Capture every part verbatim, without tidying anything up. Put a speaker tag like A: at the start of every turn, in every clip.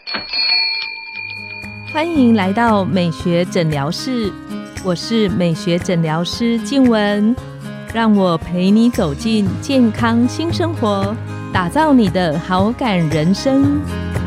A: 欢迎来到美学诊疗室，我是美学诊疗师静雯，让我陪你走进健康新生活，打造你的好感人生。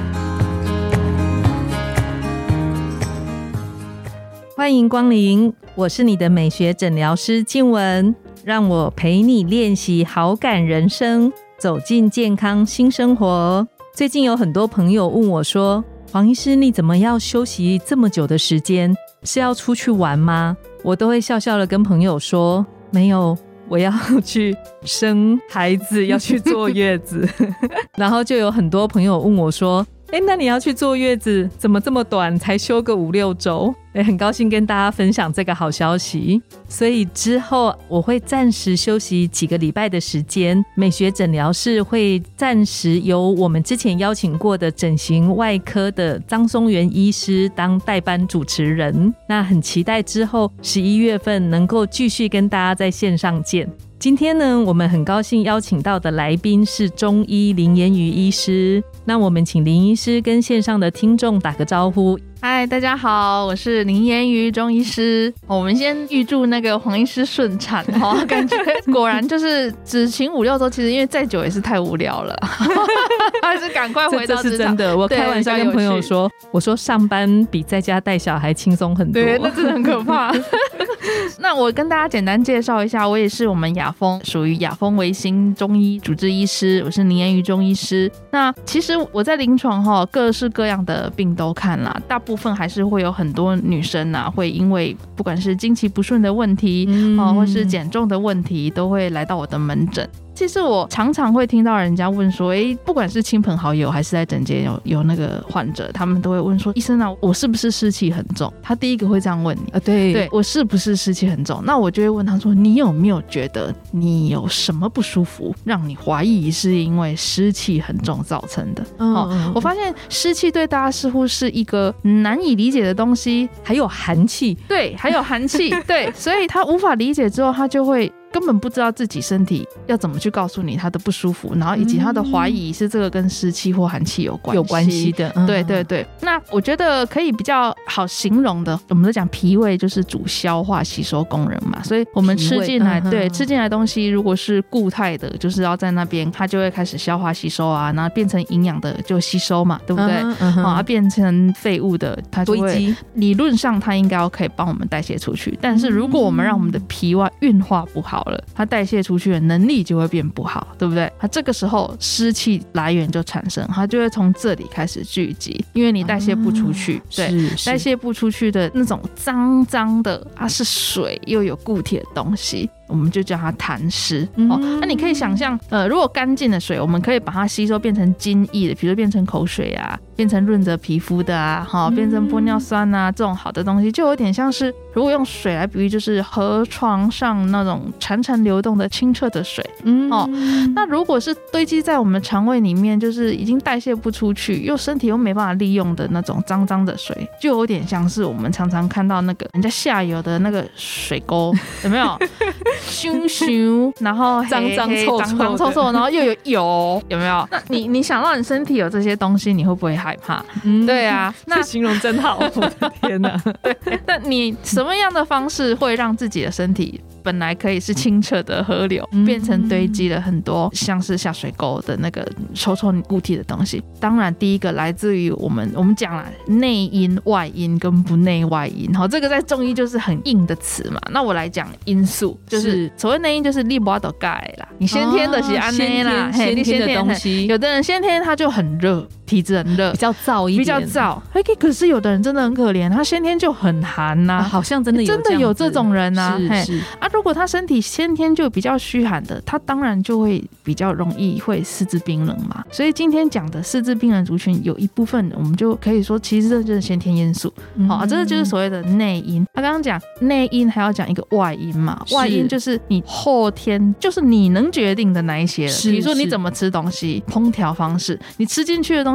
A: 欢迎光临，我是你的美学诊疗师静雯，让我陪你练习好感人生，走进健康新生活。最近有很多朋友问我说，黄医师，你怎么要休息这么久的时间？是要出去玩吗？我都会笑笑的跟朋友说，没有，我要去生孩子，要去坐月子。然后就有很多朋友问我说，哎，那你要去坐月子，怎么这么短，才休个五六周？也很高兴跟大家分享这个好消息。所以之后我会暂时休息几个礼拜的时间，美学诊疗室会暂时由我们之前邀请过的整形外科的张松元医师当代班主持人。那很期待之后十一月份能够继续跟大家在线上见。今天呢，我们很高兴邀请到的来宾是中医林妍瑜医师。那我们请林医师跟线上的听众打个招呼。
B: 嗨，大家好，我是林妍瑜中医师。我们先预祝那个黄医师顺产哦，感觉果然就是只请五六周，其实因为再久也是太无聊了，还是赶快回到职场。这是真的，我开玩笑跟朋友说，我说上班比在家带小孩轻松很多。对，
A: 那真的很可怕。
B: 那我跟大家简单介绍一下，我也是我们雅风属于雅风维新中医主治医师，我是林妍瑜中医师。那其实我在临床哈，各式各样的病都看啦，大部分还是会有很多女生啊，会因为不管是经期不顺的问题，嗯哦、或是减重的问题，都会来到我的门诊。其实我常常会听到人家问说，哎，不管是亲朋好友还是在诊间有有那个患者，他们都会问说，医生啊，我是不是湿气很重？他第一个会这样问你，
A: 啊、对，
B: 对我是不是湿气很重？那我就会问他说，你有没有觉得你有什么不舒服，让你怀疑是因为湿气很重造成的？嗯哦、我发现湿气对大家似乎是一个难以理解的东西，
A: 还有寒气，
B: 对，还有寒气，对，所以他无法理解之后，他就会根本不知道自己身体要怎么去告诉你他的不舒服，然后以及他的怀疑是这个跟湿气或寒气有关系
A: 有关系的、
B: 嗯、对对对。那我觉得可以比较好形容的，我们都讲脾胃就是主消化吸收功能嘛，所以我们吃进来、嗯、对吃进来东西如果是固态的，就是要在那边它就会开始消化吸收啊，然后变成营养的就吸收嘛，对不对、嗯嗯啊、变成废物的它就会理论上它应该要可以帮我们代谢出去，但是如果我们让我们的脾胃运化不好了，它代谢出去的能力就会变不好，对不对？它这个时候湿气来源就产生，它就会从这里开始聚集，因为你代谢不出去、嗯、对，代谢不出去的那种脏脏的啊，是水又有固体的东西，我们就叫它痰湿、嗯哦、那你可以想象呃，如果干净的水我们可以把它吸收变成津液的，比如说变成口水啊，变成润泽皮肤的啊、哦、变成玻尿酸啊、嗯、这种好的东西，就有点像是如果用水来比喻，就是河床上那种潺潺流动的清澈的水、嗯哦、那如果是堆积在我们肠胃里面，就是已经代谢不出去又身体又没办法利用的那种脏脏的水，就有点像是我们常常看到那个人家下游的那个水沟，有没有咻咻，然后
A: 脏脏臭臭
B: 脏脏臭臭，然后又有油，有没有？那你你想到你身体有这些东西，你会不会害怕？嗯，对啊，
A: 那这形容真好，我的天哪！
B: 对，那你什么样的方式会让自己的身体本来可以是清澈的河流、嗯、变成堆积了很多像是下水沟的那个臭臭固体的东西？当然第一个来自于我们我们讲了内因外因跟不内外因，好，这个在中医就是很硬的词嘛。那我来讲因素，就是所谓内因就是你没办法改啦，你先天的是安内啦、哦、
A: 先天的东西，
B: 有的人先天他就很热，体质很热，
A: 比较燥一点，
B: 比较燥。可是有的人真的很可怜，他先天就很寒呐、啊啊，
A: 好像真的有
B: 真的有这种人呐、
A: 啊。是是
B: 啊，如果他身体先天就比较虚寒的，他当然就会比较容易会四肢冰冷嘛。所以今天讲的四肢冰冷族群，有一部分我们就可以说，其实这就是先天因素。好、嗯啊，这个就是所谓的内因。他刚刚讲内因，还要讲一个外因嘛。外因就是你后天，就是你能决定的那一些，比如说你怎么吃东西，烹调方式，你吃进去的东西。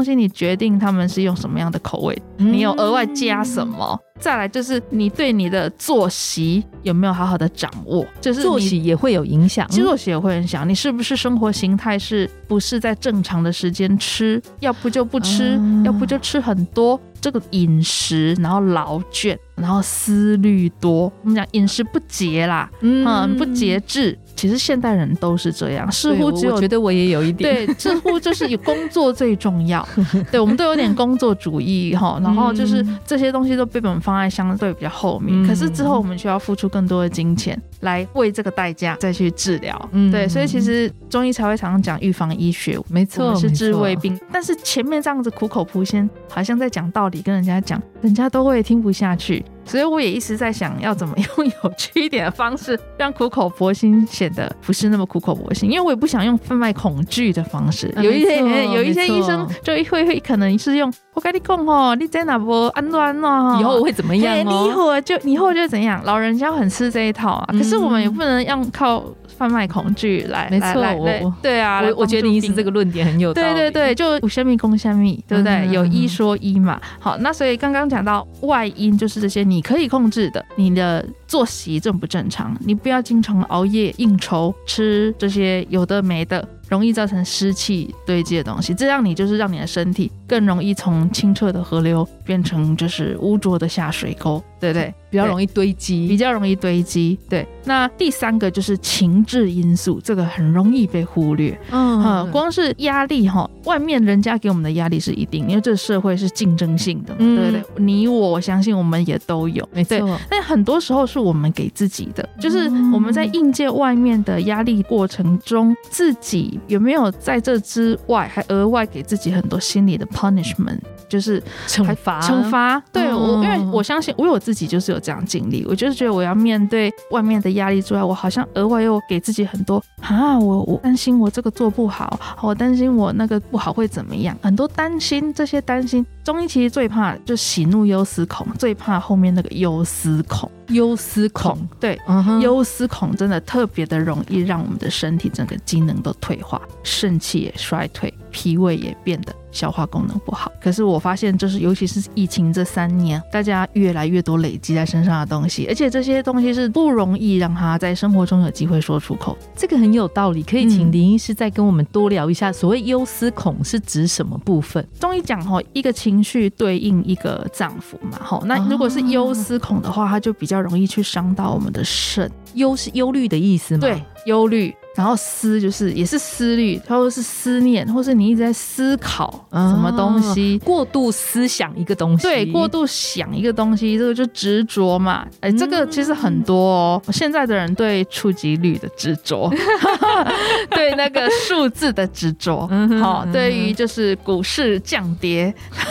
B: 西你决定他们是用什么样的口味，你有额外加什么，再来就是你对你的作息有没有好好的掌握，就是
A: 作息也会有影响，
B: 作息也会影响，你是不是生活形态是不是在正常的时间吃，要不就不吃、啊、要不就吃很多，这个饮食然后劳倦，然后思虑多，我们讲饮食不节啦，嗯，嗯不节制，其实现代人都是这样，似乎只有
A: 我觉得我也有一点，
B: 对，似乎就是有工作最重要对，我们都有点工作主义然后就是这些东西都被我们放在相对比较后面、嗯、可是之后我们需要付出更多的金钱来为这个代价再去治疗、嗯、对，所以其实中医才会常常讲预防医学，
A: 没错，
B: 我们是治未病，但是前面这样子苦口婆心好像在讲道理跟人家讲，人家都会听不下去，所以我也一直在想要怎么用有趣一点的方式让苦口婆心显得不是那么苦口婆心，因为我也不想用贩卖恐惧的方式、嗯、有一些有一些医生就会会可能是用我跟你讲哦，你在哪不安怎安怎以
A: 后会怎么样、哦、
B: 你以后就以后就怎样，老人家很吃这一套啊、嗯、可是我们也不能用靠贩卖恐惧来，
A: 没错，
B: 我对啊，
A: 我我觉得你是这个论点很有道理，
B: 对对对，就有虾米供虾米，对不对、嗯？有一说一嘛。好，那所以刚刚讲到外因，就是这些你可以控制的，你的作息正不正常，你不要经常熬夜应酬，吃这些有的没的，容易造成湿气堆积的东西，这样你就是让你的身体更容易从清澈的河流变成就是污浊的下水沟，对不对？
A: 比较容易堆积，
B: 比较容易堆积。对，那第三个就是情志因素，这个很容易被忽略。嗯，嗯光是压力哈，外面人家给我们的压力是一定，因为这个社会是竞争性的，嗯、对不对？你我，我相信我们也都有，
A: 没错。
B: 但很多时候是我们给自己的，就是我们在应接外面的压力过程中，自己有没有在这之外还额外给自己很多心理的 punishment， 就是
A: 惩罚
B: 惩罚。对，我因为我相信我有自己就是有这样经历，我就是觉得我要面对外面的压力之外，我好像额外又给自己很多啊，我我担心我这个做不好，我担心我那个不好会怎么样，很多担心，这些担心，中医其实最怕就喜怒忧思恐，最怕后面那个忧思恐。
A: 忧思恐，
B: 对，嗯、忧思恐真的特别的容易让我们的身体整个机能都退化，肾气也衰退，脾胃也变得消化功能不好。可是我发现就是尤其是疫情这三年，大家越来越多累积在身上的东西，而且这些东西是不容易让他在生活中有机会说出口。
A: 这个很有道理，可以请林医师再跟我们多聊一下、嗯、所谓忧思恐是指什么部分？
B: 中医讲一个情绪对应一个脏腑嘛，那如果是忧思恐的话，它就比较容易去伤到我们的肾。
A: 忧是忧虑的意思吗？
B: 对，忧虑。然后思就是也是思虑，或者是思念，或是你一直在思考什么东西、
A: 啊、过度思想一个东西，
B: 对，过度想一个东西，这个就执着嘛。哎，这个其实很多哦，现在的人对触及率的执着对那个数字的执着、嗯哦、对于就是股市降跌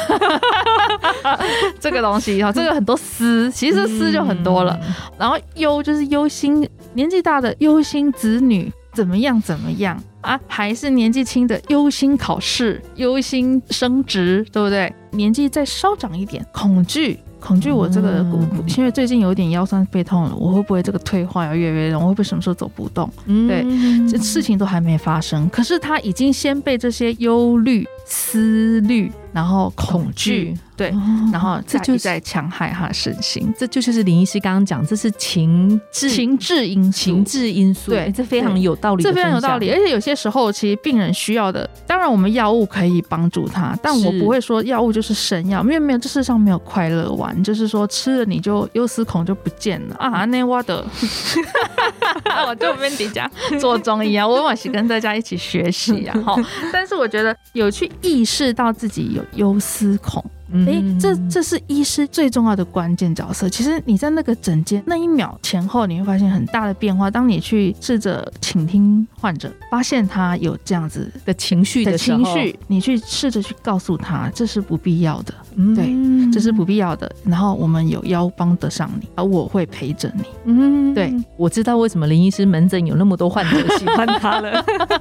B: 这个东西、哦、这个很多思，其实思就很多了、嗯、然后忧就是忧心，年纪大的忧心子女怎么样怎么样啊，还是年纪轻的忧心考试，忧心升职，对不对？年纪再稍长一点，恐惧恐惧我这个骨、嗯、因为最近有点腰酸背痛了，我会不会这个退化要越来越重，我会不会什么时候走不动、嗯、对，这事情都还没发生，可是他已经先被这些忧虑思虑然后恐惧，对、哦，然后再一再强害他的身心，
A: 这就是林医师刚刚讲，这是情志
B: 情志因素，
A: 情志因素，
B: 对，
A: 这非常有道理的，
B: 这非常有道理。而且有些时候，其实病人需要的，当然我们药物可以帮助他，但我不会说药物就是神药，没有没有，这世上没有快乐丸，就是说吃了你就忧思恐就不见了啊，那我的，我就跟底下做中医啊，我也是跟大家一起学习啊，但是我觉得有去意识到自己有忧思恐。哎，这这是医师最重要的关键角色。其实你在那个诊间那一秒前后，你会发现很大的变化。当你去试着倾听患者，发现他有这样子
A: 的情绪的时候，
B: 情绪，你去试着去告诉他，这是不必要的，嗯、对，这是不必要的。然后我们有药帮得上你，而我会陪着你。嗯，对，
A: 我知道为什么林医师门诊有那么多患者喜欢他了。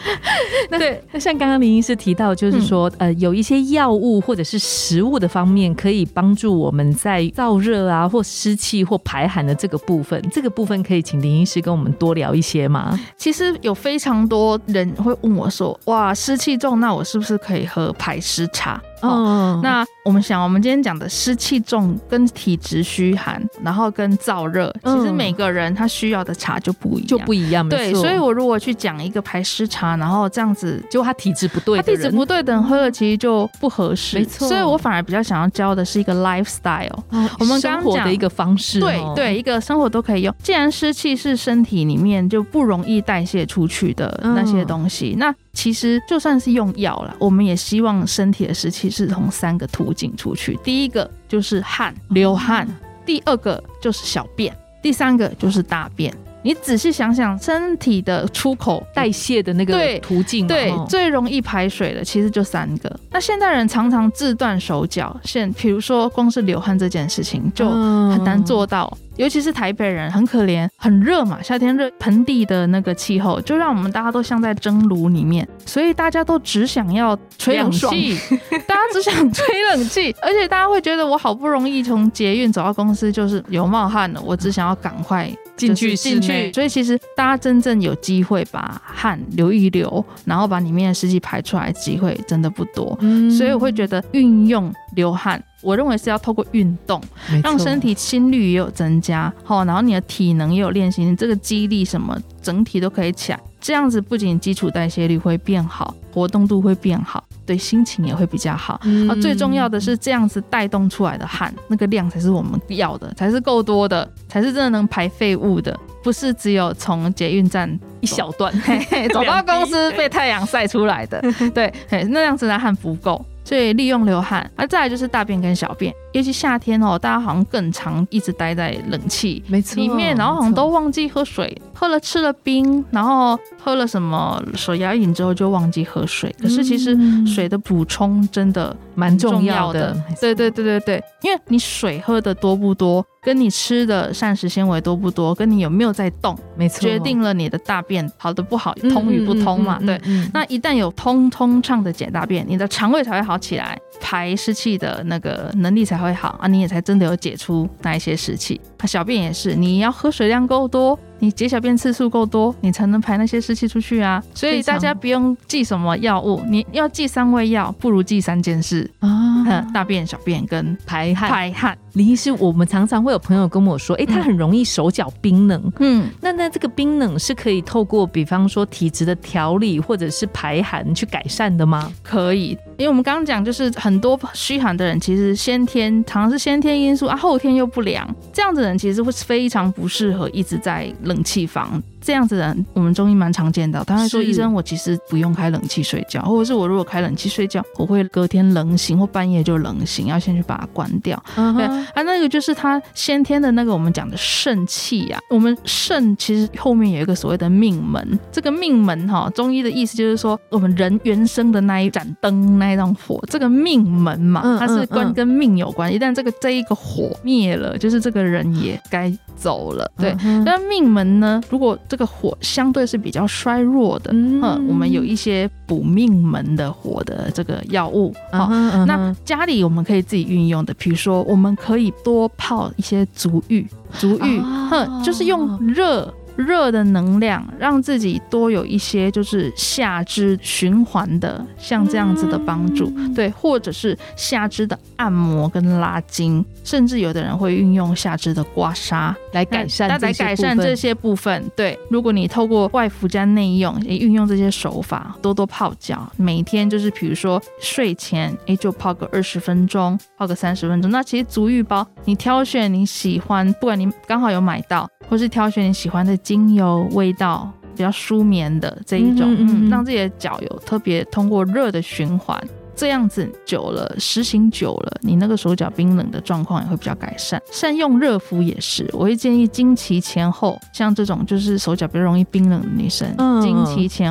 A: 对，那像刚刚林医师提到，就是说、嗯、呃，有一些药物或者是食物的方面，可以帮助我们在燥热啊，或湿气或排寒的这个部分，这个部分可以请林医师跟我们多聊一些吗？
B: 其实有非常多人会问我说，哇，湿气重，那我是不是可以喝排湿茶？哦，那我们想，我们今天讲的湿气重跟体质虚寒，然后跟燥热，其实每个人他需要的茶就不一样，
A: 就不一样。
B: 对，所以我如果去讲一个排湿茶，然后这样子，
A: 结果他体质不对的人，
B: 他体质不对的人喝了其实就不合适。
A: 没错，
B: 所以我反而比较想要教的是一个 lifestyle，、哦、我们刚刚讲
A: 生活的一个方式、
B: 对、
A: 哦、
B: 对，一个生活都可以用。既然湿气是身体里面就不容易代谢出去的那些东西，嗯、那其实就算是用药啦，我们也希望身体的湿气是从三个途径出去。第一个就是汗，流汗；第二个就是小便；第三个就是大便。你仔细想想，身体的出口
A: 代谢的那个途径，
B: 对，对，最容易排水的其实就三个。那现代人常常自断手脚，现比如说光是流汗这件事情就很难做到。嗯，尤其是台北人很可怜，很热嘛，夏天热，盆地的那个气候就让我们大家都像在蒸炉里面，所以大家都只想要吹冷气，大家只想吹冷气，而且大家会觉得我好不容易从捷运走到公司，就是有冒汗了，我只想要赶快
A: 进去进去。
B: 所以其实大家真正有机会把汗流一流，然后把里面的湿气排出来的机会真的不多。嗯，所以我会觉得运用流汗，我认为是要透过运动，让身体心率也有增加，然后你的体能也有练习，你这个肌力什么整体都可以起来，这样子不仅基础代谢率会变好，活动度会变好，对心情也会比较好。嗯，最重要的是这样子带动出来的汗，那个量才是我们要的，才是够多的，才是真的能排废物的，不是只有从捷运站
A: 一小段
B: 走到公司被太阳晒出来的对，那样子的汗不够，所以利用流汗。啊，再来就是大便跟小便，尤其夏天哦，大家好像更常一直待在冷气里面，然后好像都忘记喝水，喝了吃了冰，然后喝了什么手摇饮之后就忘记喝水。可是其实水的补充真的蛮重要的，嗯，对对对对对，因为你水喝的多不多，跟你吃的膳食纤维多不多，跟你有没有在动，没错，决定了你的大便好的不好，通与不通嘛。嗯嗯嗯嗯嗯，对，那一旦有通通畅的解大便，你的肠胃才会好起来，排湿气的那个能力才会好啊，你也才真的有解出那一些湿气。那小便也是，你要喝水量够多，你解小便次数够多，你才能排那些湿气出去啊。所以大家不用记什么药物，你要记三味药，不如记三件事啊，嗯，大便、小便跟排汗。排汗。
A: 林医师，我们常常会有朋友跟我说，哎，他很容易手脚冰冷，嗯，那那这个冰冷是可以透过比方说体质的调理或者是排寒去改善的吗？
B: 可以，因为我们刚刚讲就是很多虚寒的人其实先天常常是先天因素啊，后天又不良，这样子的人其实会非常不适合一直在冷气房。这样子的人我们中医蛮常见到，他会说医生我其实不用开冷气睡觉，或者是我如果开冷气睡觉我会隔天冷醒或半夜就冷醒，要先去把它关掉。嗯，对啊，那个就是他先天的那个我们讲的肾气啊，我们肾其实后面有一个所谓的命门，这个命门哈，中医的意思就是说我们人原生的那一盏灯那一张火，这个命门嘛，它是关跟命有关，一旦这个这一个火灭了，就是这个人也该走了。对，那命门呢，如果这个火相对是比较衰弱的，嗯，我们有一些补命门的火的这个药物，嗯嗯，那家里我们可以自己运用的，比如说我们可以多泡一些足浴，足浴，哦，就是用热热的能量让自己多有一些就是下肢循环的像这样子的帮助，嗯，对，或者是下肢的按摩跟拉筋，甚至有的人会运用下肢的刮痧
A: 来改善这些部分，来改善
B: 这些部分。对，如果你透过外敷加内用也运用这些手法，多多泡脚，每天就是比如说睡前诶就泡个二十分钟，泡个三十分钟。那其实足浴包你挑选你喜欢，不管你刚好有买到或是挑选你喜欢的精油味道比较舒眠的这一种，嗯嗯嗯，让自己的脚有特别通过热的循环，这样子久了，实行久了，你那个手脚冰冷的状况也会比较改善。善用热敷也是，我会建议经期前后，像这种就是手脚比较容易冰冷的女生，嗯，经期前后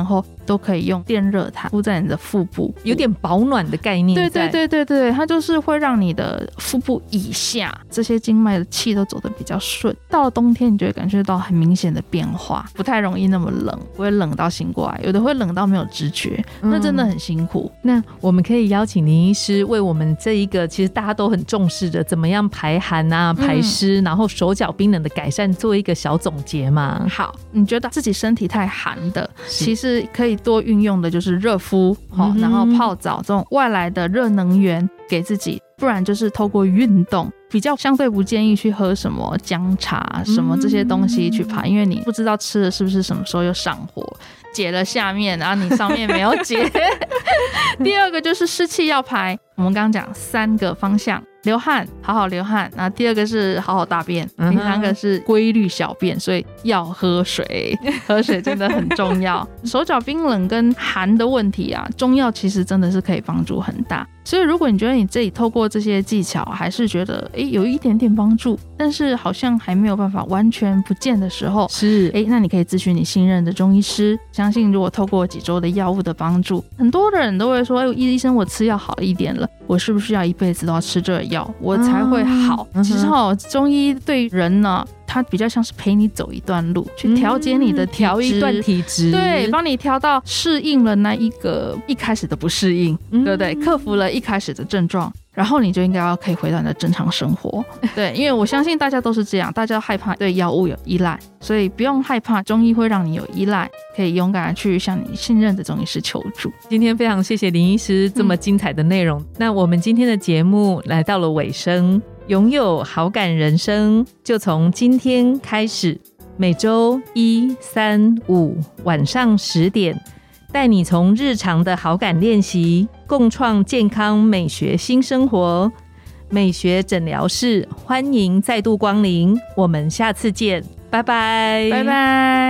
B: 都可以用电热毯敷在你的腹部，
A: 有点保暖的概念。
B: 对对对对对，它就是会让你的腹部以下这些经脉的气都走得比较顺。到了冬天，你就会感觉到很明显的变化，不太容易那么冷，不会冷到醒过来，有的会冷到没有知觉，那真的很辛苦。
A: 嗯、那我们可以邀请林医师为我们这一个其实大家都很重视的怎么样排寒啊、排湿、嗯，然后手脚冰冷的改善做一个小总结嘛。
B: 好，你觉得自己身体太寒的，其实可以多运用的就是热敷、嗯、然后泡澡这种外来的热能源给自己，不然就是透过运动，比较相对不建议去喝什么姜茶什么这些东西去排、嗯、因为你不知道吃了是不是什么时候又上火，解了下面然后你上面没有解第二个就是湿气要排，我们刚刚讲三个方向，流汗好好流汗，然后第二个是好好大便、嗯、第三个是规律小便，所以要喝水喝水真的很重要手脚冰冷跟寒的问题啊，中药其实真的是可以帮助很大，所以如果你觉得你自己透过这些技巧还是觉得诶有一点点帮助，但是好像还没有办法完全不见的时候，
A: 是
B: 诶那你可以咨询你信任的中医师，相信如果透过几周的药物的帮助，很多的人都会说，哎，医生我吃药好一点了，我是不是要一辈子都要吃这个药我才会好、嗯、其实哦，中医对人呢它比较像是陪你走一段路，去调节你的调、嗯、
A: 一段体质，
B: 对，帮你调到适应了那一个一开始的不适应、嗯、对不对？克服了一开始的症状，然后你就应该要可以回到你的正常生活对，因为我相信大家都是这样，大家害怕对药物有依赖，所以不用害怕中医会让你有依赖，可以勇敢的去向你信任的中医师求助。
A: 今天非常谢谢林医师这么精彩的内容、嗯、那我们今天的节目来到了尾声，拥有好感人生就从今天开始，每周一、三、五晚上十点，带你从日常的好感练习共创健康美学新生活。美学诊疗室欢迎再度光临，我们下次见，拜拜，
B: 拜拜。